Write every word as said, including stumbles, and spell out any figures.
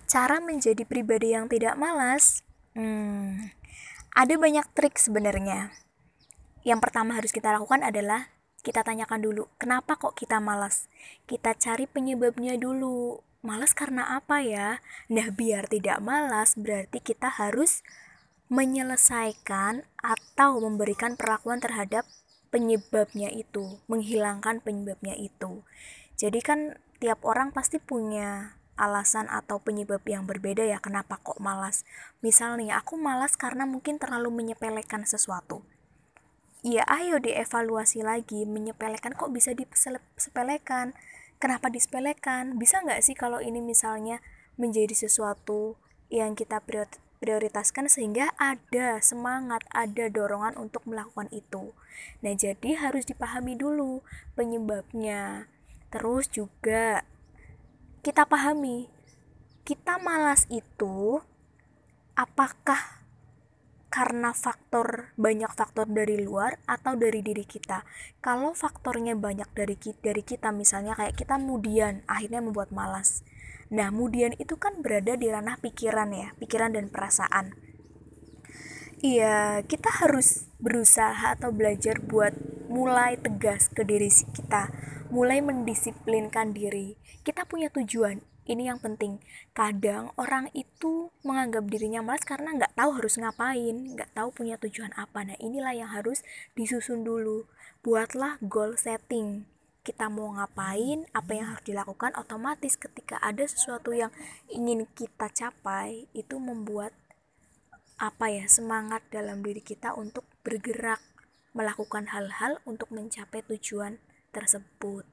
Cara menjadi pribadi yang tidak malas, hmm, ada banyak trik sebenarnya. Yang pertama harus kita lakukan adalah kita tanyakan dulu, kenapa kok kita malas? Kita cari penyebabnya dulu. Malas karena apa ya? Nah, biar tidak malas, berarti kita harus menyelesaikan atau memberikan perlakuan terhadap penyebabnya itu, menghilangkan penyebabnya itu. Jadi kan tiap orang pasti punya alasan atau penyebab yang berbeda ya kenapa kok malas. Misalnya aku malas karena mungkin terlalu menyepelekan sesuatu. Ya ayo dievaluasi lagi, menyepelekan kok bisa disepelekan? Kenapa disepelekan? Bisa nggak sih kalau ini misalnya menjadi sesuatu yang kita prioritaskan sehingga ada semangat, ada dorongan untuk melakukan itu. Nah, jadi harus dipahami dulu penyebabnya. Terus juga kita pahami, kita malas itu apakah karena faktor banyak faktor dari luar atau dari diri kita. Kalau faktornya banyak dari dari kita, misalnya kayak kita kemudian akhirnya membuat malas. Nah, kemudian itu kan berada di ranah pikiran ya, pikiran dan perasaan. Iya, kita harus berusaha atau belajar buat mulai tegas ke diri kita, mulai mendisiplinkan diri. Kita punya tujuan, ini yang penting. Kadang orang itu menganggap dirinya malas karena nggak tahu harus ngapain, nggak tahu punya tujuan apa. Nah, inilah yang harus disusun dulu. Buatlah goal setting. Kita mau ngapain, apa yang harus dilakukan, otomatis ketika ada sesuatu yang ingin kita capai, itu membuat apa ya semangat dalam diri kita untuk bergerak melakukan hal-hal untuk mencapai tujuan tersebut.